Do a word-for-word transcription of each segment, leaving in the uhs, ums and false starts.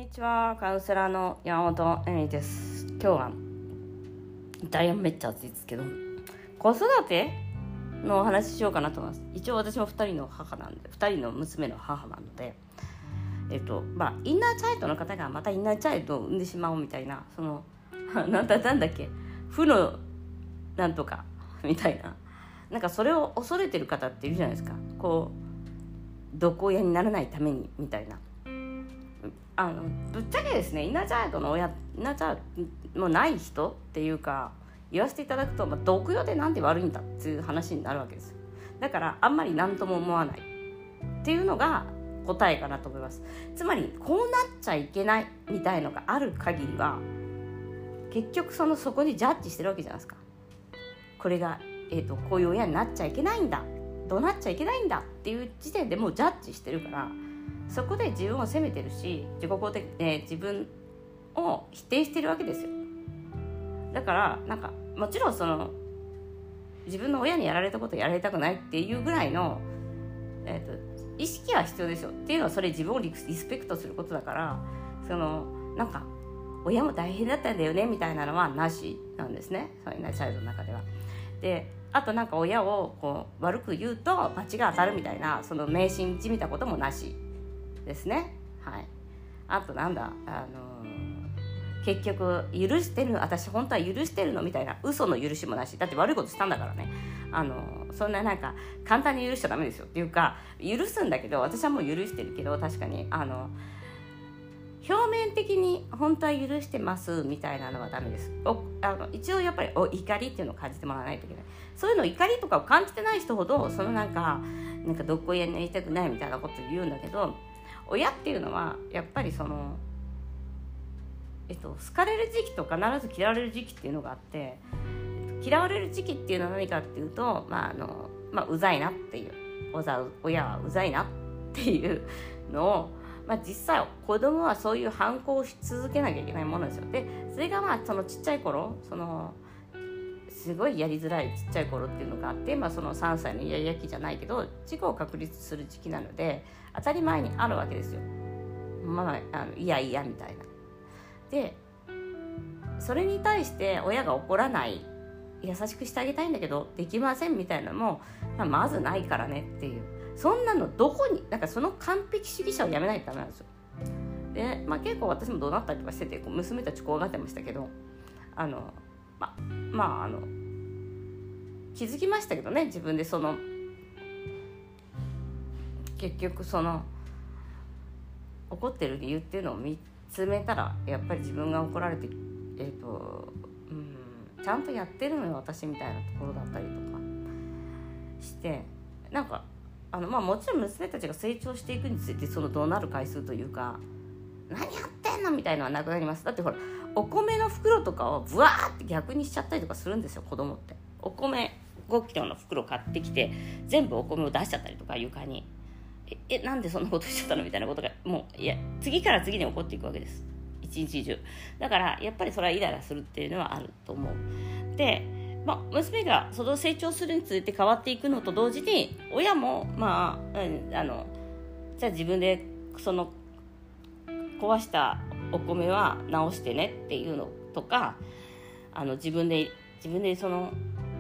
にちは、カウンセラーの山本恵美です。今日はダイヤめっちゃ暑いですけど、子育てのお話ししようかなと思います。一応私もふたりの母なんで、ふたりの娘の母なので、えっとまあインナーチャイルドの方がまたインナーチャイルドを産んでしまうみたいな、そのなんだなんだっけ負のなんとかみたいな、なんかそれを恐れてる方っているじゃないですか。こう毒親にならないためにみたいな。あのぶっちゃけですね、インナーチャイルドの親、インナーチャイルドもない人っていうか言わせていただくと、まあ、毒親でなんで悪いんだっていう話になるわけですよ。だからあんまり何とも思わないっていうのが答えかなと思います。つまりこうなっちゃいけないみたいのがある限りは、結局そのそこにジャッジしてるわけじゃないですか。これが、えーと、こういう親になっちゃいけないんだ、どうなっちゃいけないんだっていう時点でもうジャッジしてるから、そこで自分を責めてるし、自己肯定、えー、自分を否定してるわけですよ。だからなんかもちろんその自分の親にやられたことをやられたくないっていうぐらいの、えーと、意識は必要ですよ。っていうのはそれ自分をリスペクトすることだから、そのなんか親も大変だったんだよねみたいなのはなしなんですね、そういうチャイルドの中では。であとなんか親をこう悪く言うと罰が当たるみたいな、その迷信じみたこともなしですね。はい。あとなんだ、あのー、結局許してるの、私本当は許してるのみたいな嘘の許しもなし。だって悪いことしたんだからね。あのー、そんななんか簡単に許しちゃダメですよっていうか、許すんだけど、私はもう許してるけど、確かにあの表面的に本当は許してますみたいなのはダメです。おあの一応やっぱりお怒りっていうのを感じてもらわないといけない。そういうの怒りとかを感じてない人ほど、そのなんかなんかどっこいやになりたくないみたいなことを言うんだけど、親っていうのはやっぱりその、えっと、好かれる時期と必ず嫌われる時期っていうのがあって、えっと、嫌われる時期っていうのは何かっていうと、まああのまあ、うざいなっていう、親はうざいなっていうのを、まあ、実際子供はそういう反抗をし続けなきゃいけないものですよ。でそれがまあそのちっちゃい頃、そのすごいやりづらいちっちゃい頃っていうのがあって、まあ、そのさんさいのイヤイヤ期じゃないけど自己を確立する時期なので当たり前にあるわけですよ。まあ、あのいやいやみたいな。でそれに対して親が怒らない、優しくしてあげたいんだけどできませんみたいなのも、まあ、まずないからねっていう、そんなのどこになんかその完璧主義者をやめないとダメなんですよ。で、まあ、結構私も怒鳴ったりとかしてて、娘たち怖がってましたけど、あのままああの気づきましたけどね、自分でその結局その怒ってる理由っていうのを見つめたら、やっぱり自分が怒られて、えーとうん、ちゃんとやってるのよ私みたいなところだったりとかして、なんかあの、まあ、もちろん娘たちが成長していくについてその怒鳴る回数というか、何やってんのみたいなのはなくなります。だってほらお米の袋とかをブワーって逆にしちゃったりとかするんですよ、子供って。お米ごキロの袋買ってきて全部お米を出しちゃったりとか床に、ええなんでそんなことしちゃったのみたいなことがもういや次から次に起こっていくわけです、一日中。だからやっぱりそれはイライラするっていうのはあると思う。で、まあ、娘がその成長するについて変わっていくのと同時に、親もまあ、うん、あのじゃあ自分でその壊したお米は直してねっていうのとか、あの自分で自分でその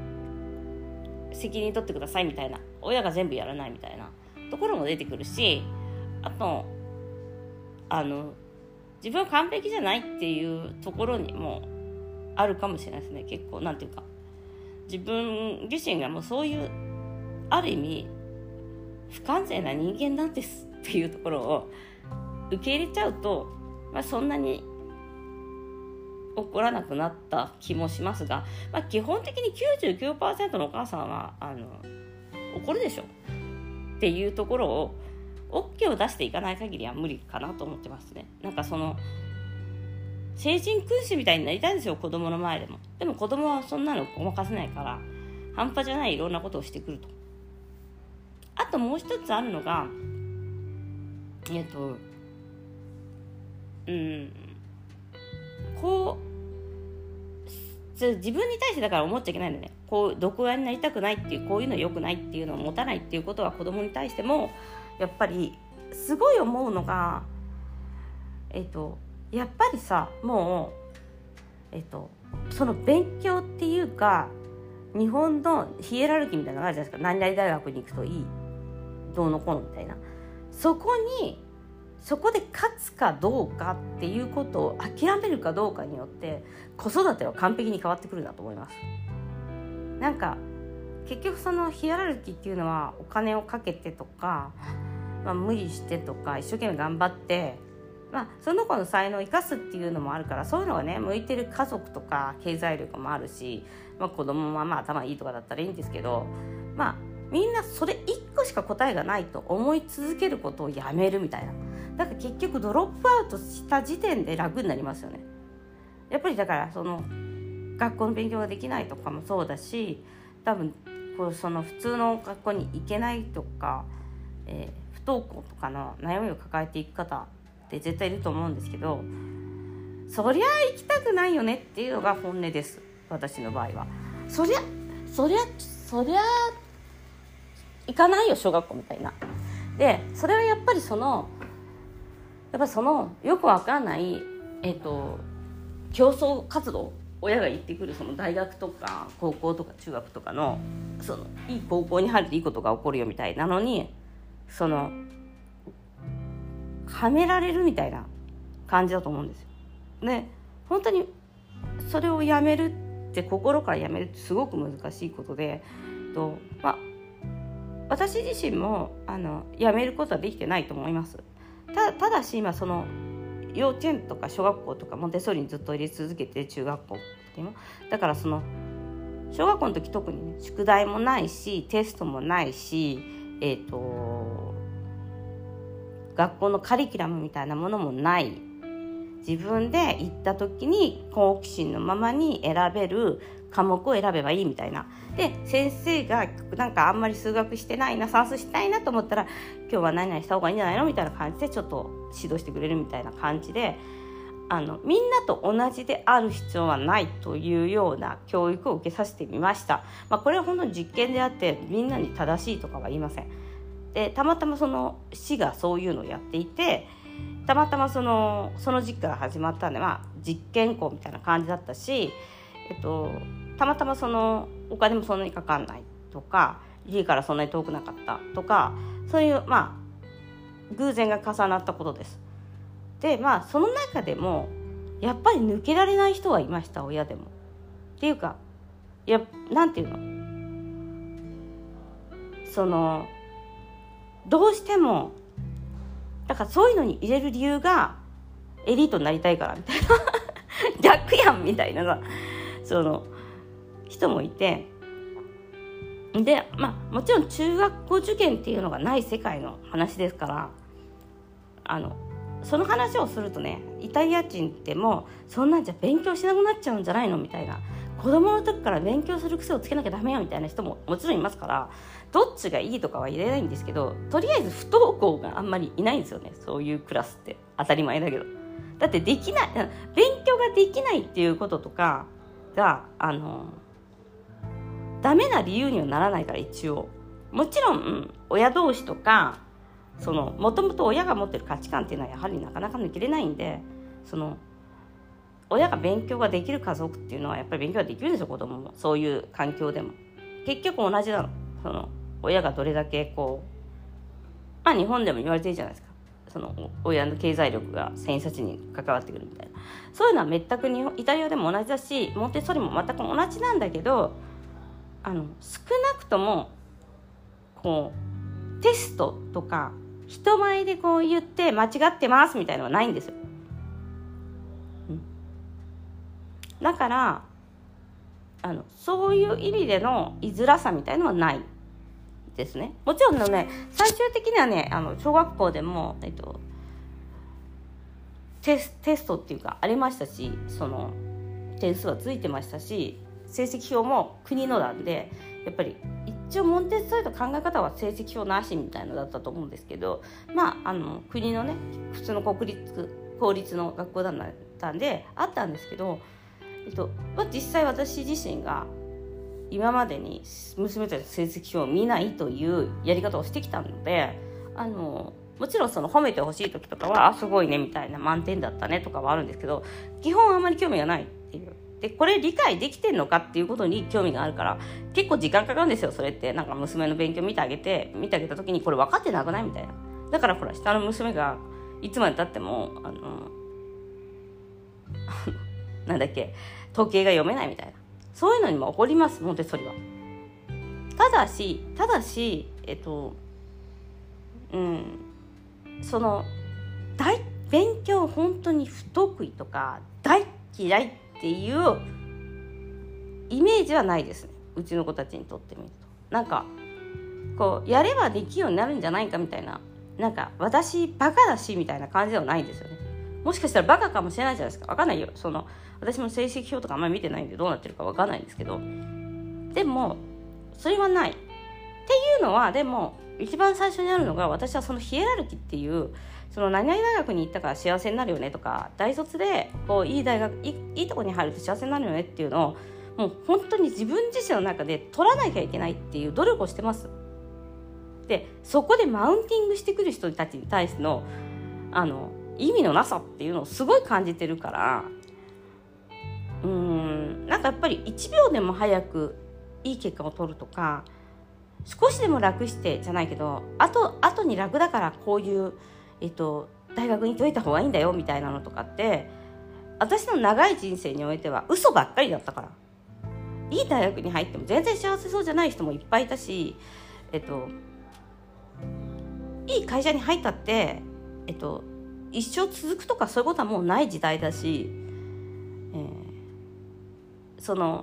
責任取ってくださいみたいな、親が全部やらないみたいなところも出てくるし、あとあの自分は完璧じゃないっていうところにもあるかもしれないですね。結構なんていうか、自分自身がもうそういうある意味不完全な人間なんですっていうところを受け入れちゃうと、まあ、そんなに怒らなくなった気もしますが、まあ、基本的に きゅうじゅうきゅうパーセント のお母さんはあの怒るでしょっていうところを OK を出していかない限りは無理かなと思ってますね。なんかその聖人君子みたいになりたいんですよ、子供の前でも。でも子供はそんなのごまかせないから、半端じゃないいろんなことをしてくると。あともう一つあるのが、えっとうんこう自分に対してだから思っちゃいけないんだよね。こう毒親になりたくないっていう、こういうの良くないっていうのを持たないっていうことは子供に対してもやっぱりすごい思うのが、 えっとやっぱりさもう、えっと、その勉強っていうか日本のヒエラルキーみたいなのがあるじゃないですか。何々大学に行くといいどうのこうのみたいな、そこにそこで勝つかどうかっていうことを諦めるかどうかによって子育ては完璧に変わってくるなと思います。なんか結局そのヒエラルキーっていうのはお金をかけてとか、まあ、無理してとか一生懸命頑張って、まあ、その子の才能を生かすっていうのもあるから、そういうのがね向いてる家族とか経済力もあるし、まあ、子供はまあ頭いいとかだったらいいんですけど、まあみんなそれいっこしか答えがないと思い続けることをやめるみたいな。だから結局ドロップアウトした時点で楽になりますよね。やっぱりだからその学校の勉強ができないとかもそうだし、多分こうその普通の学校に行けないとか、えー、不登校とかの悩みを抱えていく方って絶対いると思うんですけど、そりゃ行きたくないよねっていうのが本音です。私の場合はそりゃそりゃそりゃ行かないよ小学校みたいな。でそれはやっぱりそのやっぱりそのよくわかんないえっと競争活動、親が行ってくるその大学とか高校とか中学とかのそのいい高校に入るといいことが起こるよみたいなのにそのはめられるみたいな感じだと思うんですよ。で本当にそれをやめるって心からやめるってすごく難しいことで、と、まあ、私自身もあのやめることはできてないと思います。た, ただし今その幼稚園とか小学校とかモンテッソーリにずっと入れ続けて中学校っていうのだから、その小学校の時特にね宿題もないしテストもないし、えーと学校のカリキュラムみたいなものもない、自分で行った時に好奇心のままに選べる科目を選べばいいみたいな。で先生がなんかあんまり数学してないな算数したいなと思ったら今日は何々した方がいいんじゃないのみたいな感じでちょっと指導してくれるみたいな感じで、あのみんなと同じである必要はないというような教育を受けさせてみました。まあ、これは本当に実験であってみんなに正しいとかは言いません。でたまたまその市がそういうのをやっていて、たまたまそのその時期から始まったんで、まあ、実験校みたいな感じだったし、えっと、たまたまそのお金もそんなにかかんないとか家からそんなに遠くなかったとか、そういうまあ偶然が重なったことです。でまあその中でもやっぱり抜けられない人はいました。親でもっていうか、いやなんていうのそのどうしてもだからそういうのに入れる理由がエリートになりたいからみたいな逆やんみたいなさその人もいて、でまあもちろん中学校受験っていうのがない世界の話ですから、あのその話をするとね、イタリア人ってもうそんなんじゃ勉強しなくなっちゃうんじゃないのみたいな、子供の時から勉強する癖をつけなきゃダメよみたいな人ももちろんいますから、どっちがいいとかは言えないんですけど、とりあえず不登校があんまりいないんですよね。そういうクラスって当たり前だけど、だってできない勉強ができないっていうこととかがあのダメな理由にはならないから。一応もちろん親同士とかそのもともと親が持ってる価値観っていうのはやはりなかなか抜けれないんで、その親が勉強ができる家族っていうのはやっぱり勉強ができるんですよ。子供もそういう環境でも結局同じなの。その親がどれだけこう、まあ日本でも言われてるじゃないですか、その親の経済力が偏差値に関わってくるみたいな。そういうのは全く日本イタリアでも同じだし、モンテッソーリも全く同じなんだけど、あの少なくともこうテストとか人前でこう言って間違ってますみたいなのはないんですよ、うん、だからあのそういう意味での居づらさみたいのはないですね。もちろんのね、最終的にはね、あの小学校でも、えっと、テス、テストっていうかありましたし、その点数はついてましたし、成績表も国のなんで、やっぱり一応モンテッソーリの考え方は成績表なしみたいなのだったと思うんですけど、まああの国のね普通の国立公立の学校だったんであったんですけど、えっとまあ、実際私自身が今までに娘たちの成績表を見ないというやり方をしてきたので、あのもちろんその褒めてほしい時とかはあすごいねみたいな満点だったねとかはあるんですけど、基本あんまり興味がないっていう。でこれ理解できてんのかっていうことに興味があるから結構時間かかるんですよ。それってなんか娘の勉強見てあげて見てあげた時にこれ分かってなくないみたいな。だからほら下の娘がいつまでたってもあのなんだっけ時計が読めないみたいな、そういうのにも起こりますモンテッソーリは。ただしただしえっとうんその大勉強本当に不得意とか大嫌いっていうイメージはないですね、うちの子たちにとってみると。なんかこうやればできるようになるんじゃないかみたいな、なんか私バカだしみたいな感じではないんですよね。もしかしたらバカかもしれないじゃないですか、分かんないよ。その私も成績表とかあんまり見てないんでどうなってるか分かんないんですけど、でもそれはないっていうのは、でも一番最初にあるのが、私はそのヒエラルキーっていうその何々大学に行ったから幸せになるよねとか、大卒でこういい大学 い, いいとこに入ると幸せになるよねっていうのをもう本当に自分自身の中で取らなきゃいけないっていう努力をしてます。でそこでマウンティングしてくる人たちに対してのあの意味のなさっていうのをすごい感じてるから、うーんなんかやっぱりいちびょうでも早くいい結果を取るとか、少しでも楽してじゃないけどあと後に楽だからこういう、えっと、大学に行っといた方がいいんだよみたいなのとかって、私の長い人生においては嘘ばっかりだったから。いい大学に入っても全然幸せそうじゃない人もいっぱいいたし、えっといい会社に入ったって、えっと、一生続くとかそういうことはもうない時代だし、えー、その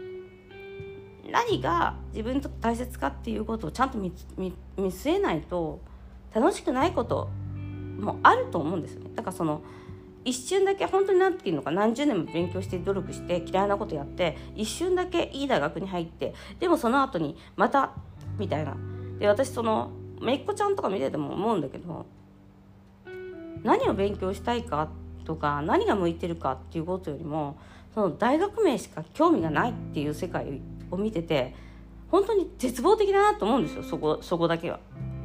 何が自分にとって大切かっていうことをちゃんと 見, 見, 見据えないと楽しくないこともあると思うんですよね。だからその一瞬だけ本当に何て言うのか、何十年も勉強して努力して嫌いなことやって一瞬だけいい大学に入って、でもその後にまたみたいな。で私そのめいっ子ちゃんとか見てても思うんだけど、何を勉強したいかとか何が向いてるかっていうことよりも、その大学名しか興味がないっていう世界を見てて本当に絶望的だなと思うんですよ、そこそこだけは。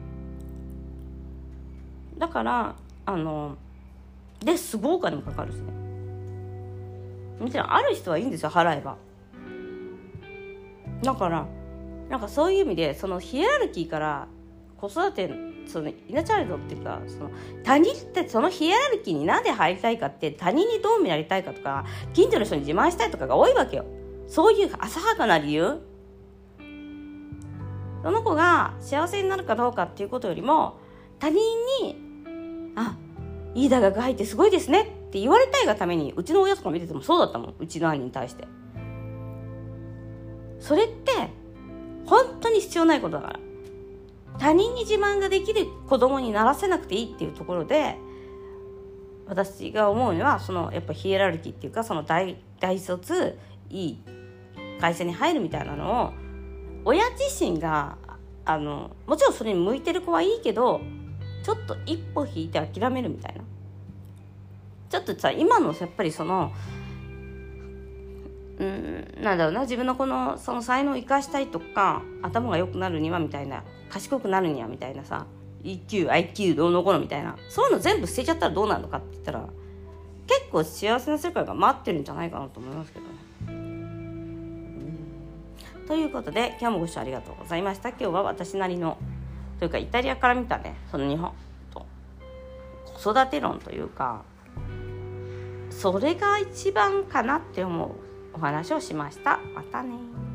だからあのですごいお金もかかるしね。もちろんある人はいいんですよ、払えば。だからなんかそういう意味でそのヒエラルキーから子育てそのイナチャイルドっていうか、その他人ってそのヒエラルキーになんで入りたいかって、他人にどう見られたいかとか近所の人に自慢したいとかが多いわけよ。そういう浅はかな理由、その子が幸せになるかどうかっていうことよりも、他人にあいい大学入ってすごいですねって言われたいがために、うちの親とか見ててもそうだったもん、うちの兄に対して。それって本当に必要ないことだから、他人に自慢ができる子供にならせなくていいっていうところで、私が思うのはそのやっぱヒエラルキーっていうか、その 大, 大卒いい会社に入るみたいなのを親自身があのもちろんそれに向いてる子はいいけど、ちょっと一歩引いて諦めるみたいな。ちょっとさ今のやっぱりそのうんなんだろうな、自分のこのその才能を生かしたいとか、頭が良くなるにはみたいな、賢くなるにはみたいなさ、 イーキュー、アイキュー どうのこうのみたいな、そういうの全部捨てちゃったらどうなるのかって言ったら、結構幸せな世界が待ってるんじゃないかなと思いますけどね。ということで今日もご視聴ありがとうございました。今日は私なりのというかイタリアから見たね、その日本と子育て論というか、それが一番かなって思うお話をしました。またね。